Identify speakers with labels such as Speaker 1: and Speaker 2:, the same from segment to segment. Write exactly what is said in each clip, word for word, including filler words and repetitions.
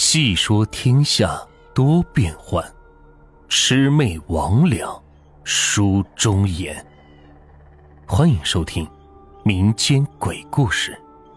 Speaker 1: 细说天下多变幻，魑魅魍魉书中言。欢迎收听民间鬼故事。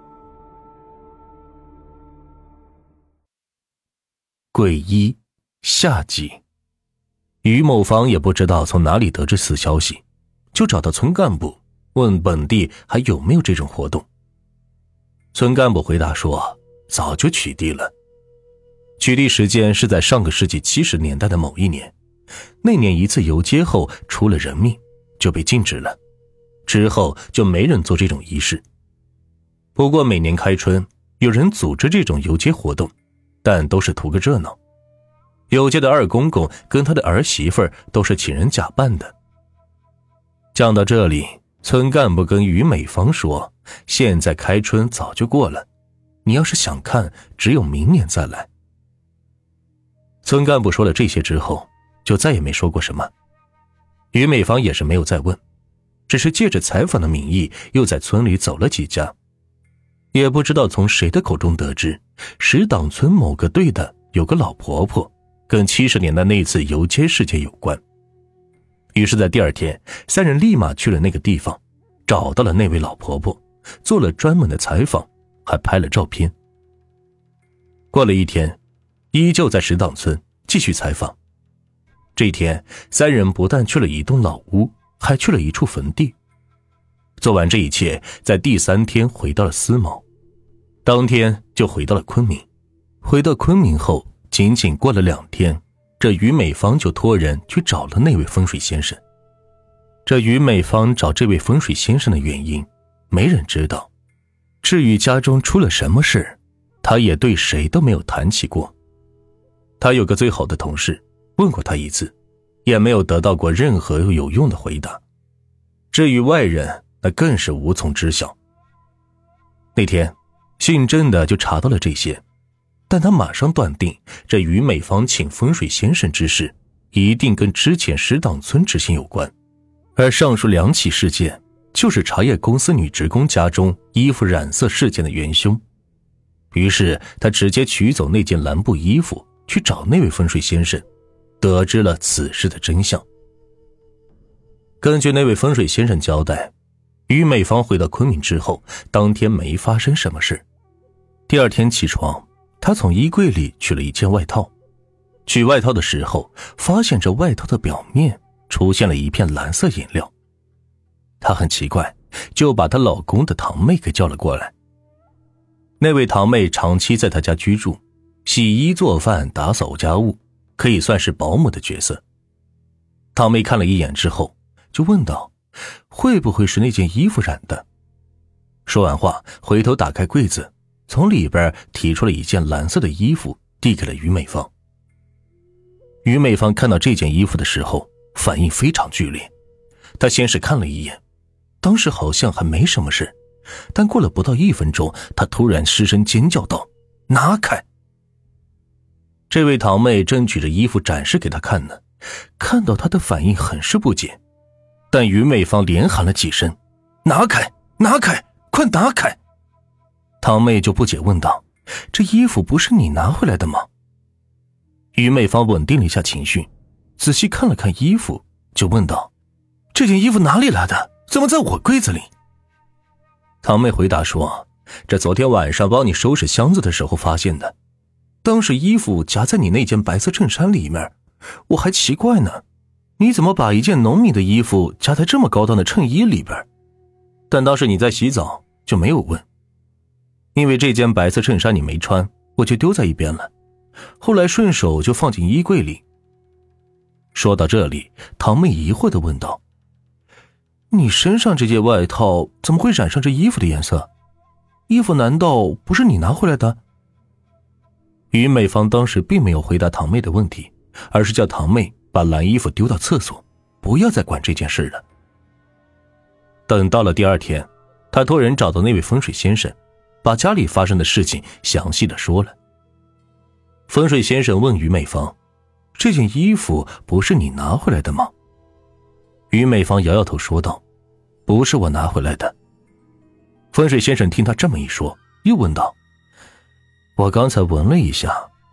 Speaker 1: 鬼医下集。于某房也不知道从哪里得知此消息，就找到村干部问本地还有没有这种活动。村干部回答说早就取缔了，取缔时间是在上个世纪七十年代的某一年，那年一次游街后出了人命，就被禁止了，之后就没人做这种仪式。不过每年开春有人组织这种游街活动，但都是图个热闹。游街的二公公跟他的儿媳妇儿都是请人假扮的。讲到这里，村干部跟于美芳说，现在开春早就过了，你要是想看，只有明年再来。村干部说了这些之后，就再也没说过什么。于美芳也是没有再问，只是借着采访的名义又在村里走了几家。也不知道从谁的口中得知，石党村某个队的有个老婆婆跟七十年代那次游街事件有关。于是在第二天，三人立马去了那个地方，找到了那位老婆婆，做了专门的采访，还拍了照片。过了一天，依旧在石党村继续采访。这一天，三人不但去了一栋老屋，还去了一处坟地。做完这一切，在第三天回到了思茅，当天就回到了昆明。回到昆明后，仅仅过了两天，这于美芳就托人去找了那位风水先生。这于美芳找这位风水先生的原因，没人知道。至于家中出了什么事，他也对谁都没有谈起过。他有个最好的同事，问过他一次，也没有得到过任何有用的回答。至于外人，那更是无从知晓。那天，姓郑的就查到了这些，但他马上断定，这于美芳请风水先生之事，一定跟之前石党村执行有关。而上述两起事件，就是茶叶公司女职工家中衣服染色事件的元凶。于是他直接取走那件蓝布衣服，去找那位风水先生，得知了此事的真相。根据那位风水先生交代，于美芳回到昆明之后，当天没发生什么事。第二天起床，她从衣柜里取了一件外套，取外套的时候，发现这外套的表面出现了一片蓝色颜料。她很奇怪，就把她老公的堂妹给叫了过来。那位堂妹长期在她家居住，洗衣做饭打扫家务，可以算是保姆的角色。堂妹看了一眼之后就问道，会不会是那件衣服染的？说完话，回头打开柜子，从里边提出了一件蓝色的衣服，递给了于美芳。于美芳看到这件衣服的时候，反应非常剧烈。她先是看了一眼，当时好像还没什么事，但过了不到一分钟，她突然失声尖叫道，拿开！这位堂妹正举着衣服展示给她看呢，看到她的反应很是不解，但于美芳连喊了几声，拿开，拿开，快拿开！堂妹就不解问道，这衣服不是你拿回来的吗？于美芳稳定了一下情绪，仔细看了看衣服，就问道，这件衣服哪里来的？怎么在我柜子里？堂妹回答说，这昨天晚上帮你收拾箱子的时候发现的，当时衣服夹在你那件白色衬衫里面，我还奇怪呢，你怎么把一件农民的衣服夹在这么高档的衬衣里边？但当时你在洗澡，就没有问。因为这件白色衬衫你没穿，我就丢在一边了，后来顺手就放进衣柜里。说到这里，堂妹疑惑地问道，你身上这件外套怎么会染上这衣服的颜色？衣服难道不是你拿回来的？于美芳当时并没有回答堂妹的问题，而是叫堂妹把蓝衣服丢到厕所，不要再管这件事了。等到了第二天，她托人找到那位风水先生，把家里发生的事情详细的说了。风水先生问于美芳，这件衣服不是你拿回来的吗？于美芳摇摇头说道，不是我拿回来的。风水先生听他这么一说，又问道，我刚才闻了一下，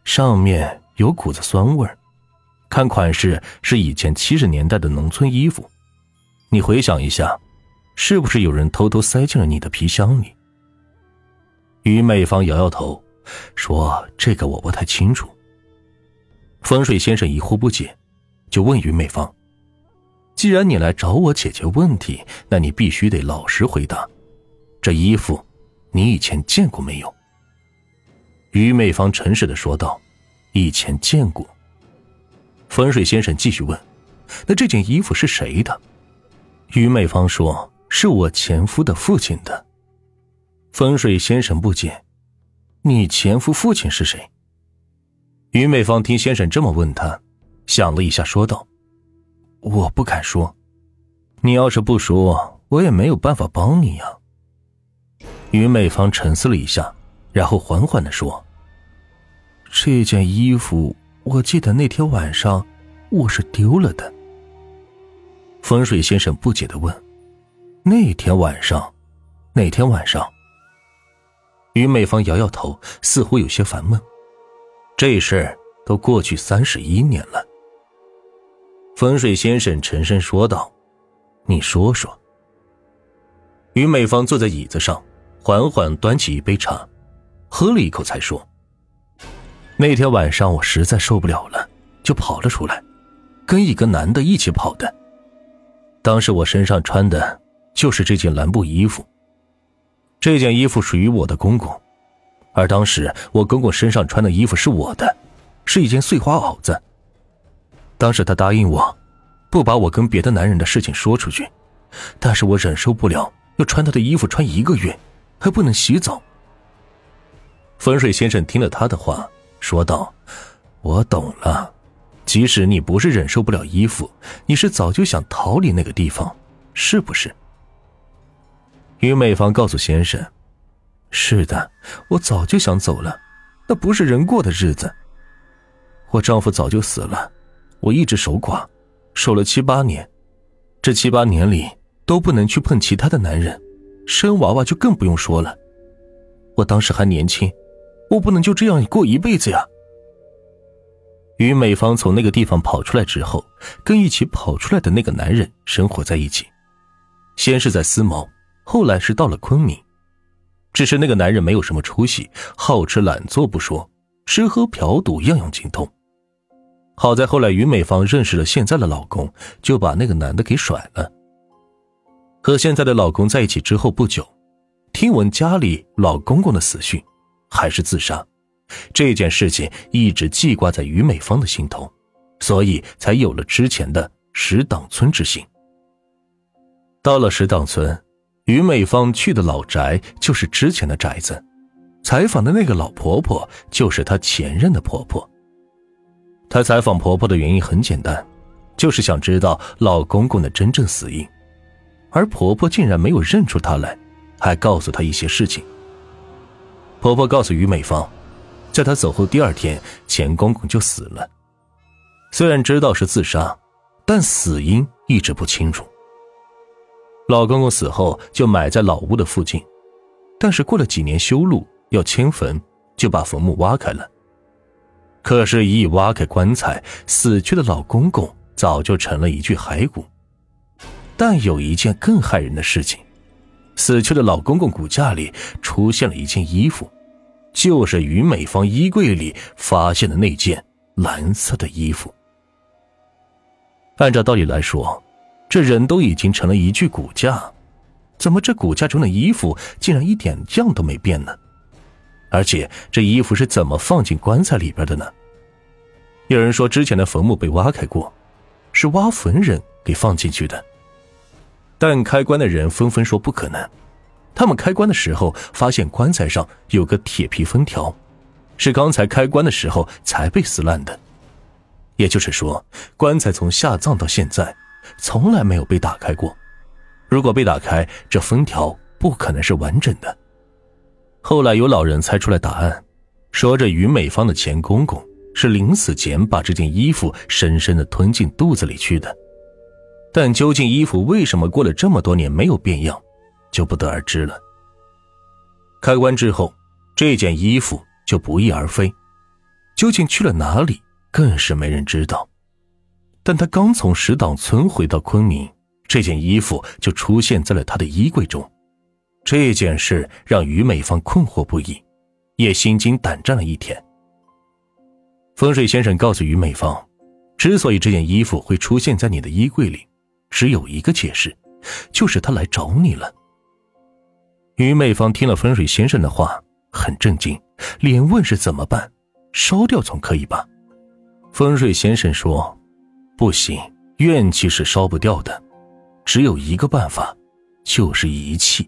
Speaker 1: 上面有股子酸味儿，看款式是以前七十年代的农村衣服。你回想一下，是不是有人偷偷塞进了你的皮箱里？于美芳摇摇头，说这个我不太清楚。风水先生疑惑不解，就问于美芳，既然你来找我解决问题，那你必须得老实回答，这衣服你以前见过没有？于美芳诚实地说道，以前见过。风水先生继续问，那这件衣服是谁的？于美芳说，是我前夫的父亲的。风水先生不解，你前夫父亲是谁？于美芳听先生这么问他，想了一下说道，我不敢说，你要是不说，我也没有办法帮你呀。于美芳沉思了一下，然后缓缓地说，这件衣服我记得那天晚上我是丢了的。风水先生不解地问，那天晚上哪天晚上？于美芳摇摇头，似乎有些烦闷，这事都过去三十一年了。风水先生沉声说道，你说说。于美芳坐在椅子上，缓缓端起一杯茶，喝了一口才说，那天晚上我实在受不了了，就跑了出来，跟一个男的一起跑的。当时我身上穿的就是这件蓝布衣服，这件衣服属于我的公公，而当时我公公身上穿的衣服是我的，是一件碎花袄子。当时他答应我不把我跟别的男人的事情说出去，但是我忍受不了要穿他的衣服穿一个月，还不能洗澡。风水先生听了他的话说道，我懂了，即使你不是忍受不了衣服，你是早就想逃离那个地方，是不是？于美芳告诉先生，是的，我早就想走了，那不是人过的日子。我丈夫早就死了，我一直守寡，守了七八年，这七八年里都不能去碰其他的男人，生娃娃就更不用说了。我当时还年轻，我不能就这样过一辈子呀。于美芳从那个地方跑出来之后，跟一起跑出来的那个男人生活在一起，先是在思茅，后来是到了昆明。只是那个男人没有什么出息，好吃懒做不说，吃喝嫖赌样样精通。好在后来于美芳认识了现在的老公，就把那个男的给甩了。和现在的老公在一起之后不久，听闻家里老公公的死讯，还是自杀，这件事情一直记挂在于美芳的心头，所以才有了之前的石党村之行。到了石党村，于美芳去的老宅就是之前的宅子，采访的那个老婆婆就是她前任的婆婆。她采访婆婆的原因很简单，就是想知道老公公的真正死因，而婆婆竟然没有认出她来，还告诉她一些事情。婆婆告诉于美芳，在她走后第二天，前公公就死了。虽然知道是自杀，但死因一直不清楚。老公公死后就埋在老屋的附近，但是过了几年修路要迁坟，就把坟墓挖开了。可是一挖开棺材，死去的老公公早就成了一具骸骨。但有一件更骇人的事情，死去的老公公骨架里出现了一件衣服，就是于美芳衣柜里发现的那件蓝色的衣服。按照道理来说，这人都已经成了一具骨架，怎么这骨架中的衣服竟然一点样都没变呢？而且这衣服是怎么放进棺材里边的呢？有人说之前的坟墓被挖开过，是挖坟人给放进去的，但开棺的人纷纷说不可能。他们开棺的时候发现棺材上有个铁皮封条，是刚才开棺的时候才被撕烂的。也就是说，棺材从下葬到现在从来没有被打开过，如果被打开，这封条不可能是完整的。后来有老人猜出来答案，说这于美芳的前公公是临死前把这件衣服深深地吞进肚子里去的。但究竟衣服为什么过了这么多年没有变样，就不得而知了。开棺之后，这件衣服就不翼而飞， 究竟去了哪里，更是没人知道。但他刚从石党村回到昆明，这件衣服就出现在了他的衣柜中。这件事让于美芳困惑不已，也心惊胆战了一天。风水先生告诉于美芳，之所以这件衣服会出现在你的衣柜里，只有一个解释，就是他来找你了。于美芳听了风水先生的话，很震惊，连问是怎么办，烧掉总可以吧？风水先生说，不行，怨气是烧不掉的，只有一个办法，就是遗弃。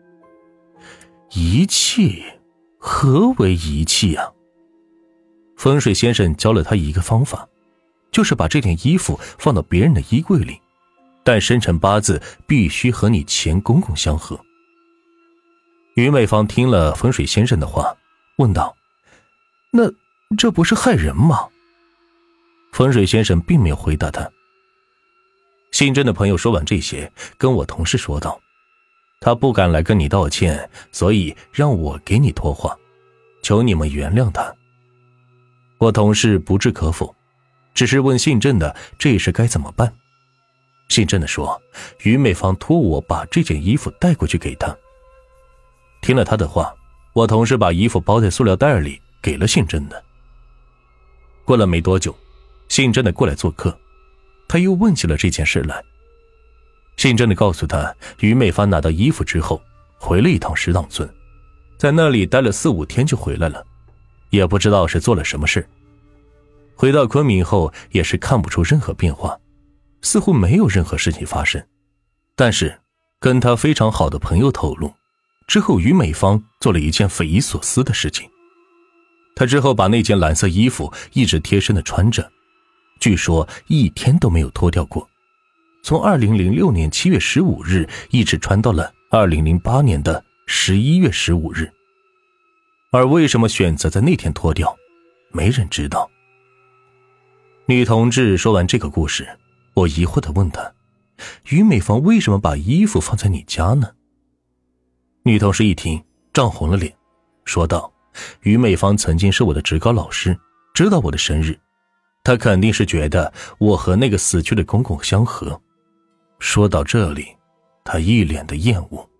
Speaker 1: 遗弃？何为遗弃啊？风水先生教了他一个方法，就是把这件衣服放到别人的衣柜里，但生辰八字必须和你前公公相合。于美芳听了风水先生的话，问道，那这不是害人吗？风水先生并没有回答他。姓郑的朋友说完这些，跟我同事说道，他不敢来跟你道歉，所以让我给你托话，求你们原谅他。我同事不置可否，只是问姓郑的这事该怎么办。姓郑的说，于美芳托我把这件衣服带过去给他。听了他的话，我同事把衣服包在塑料袋里给了姓郑的。过了没多久，姓郑的过来做客，他又问起了这件事来。姓郑的告诉他，于美芳拿到衣服之后回了一趟石党村，在那里待了四五天就回来了，也不知道是做了什么事。回到昆明后也是看不出任何变化，似乎没有任何事情发生。但是跟他非常好的朋友透露，之后于美芳做了一件匪夷所思的事情。他之后把那件蓝色衣服一直贴身的穿着，据说一天都没有脱掉过，从二零零六年七月十五日一直穿到了二零零八年的十一月十五日。而为什么选择在那天脱掉，没人知道。女同志说完这个故事，我疑惑地问她，于美芳为什么把衣服放在你家呢？女同事一听，涨红了脸，说道，于美芳曾经是我的职高老师，知道我的生日，她肯定是觉得我和那个死去的公公相合。说到这里，她一脸的厌恶。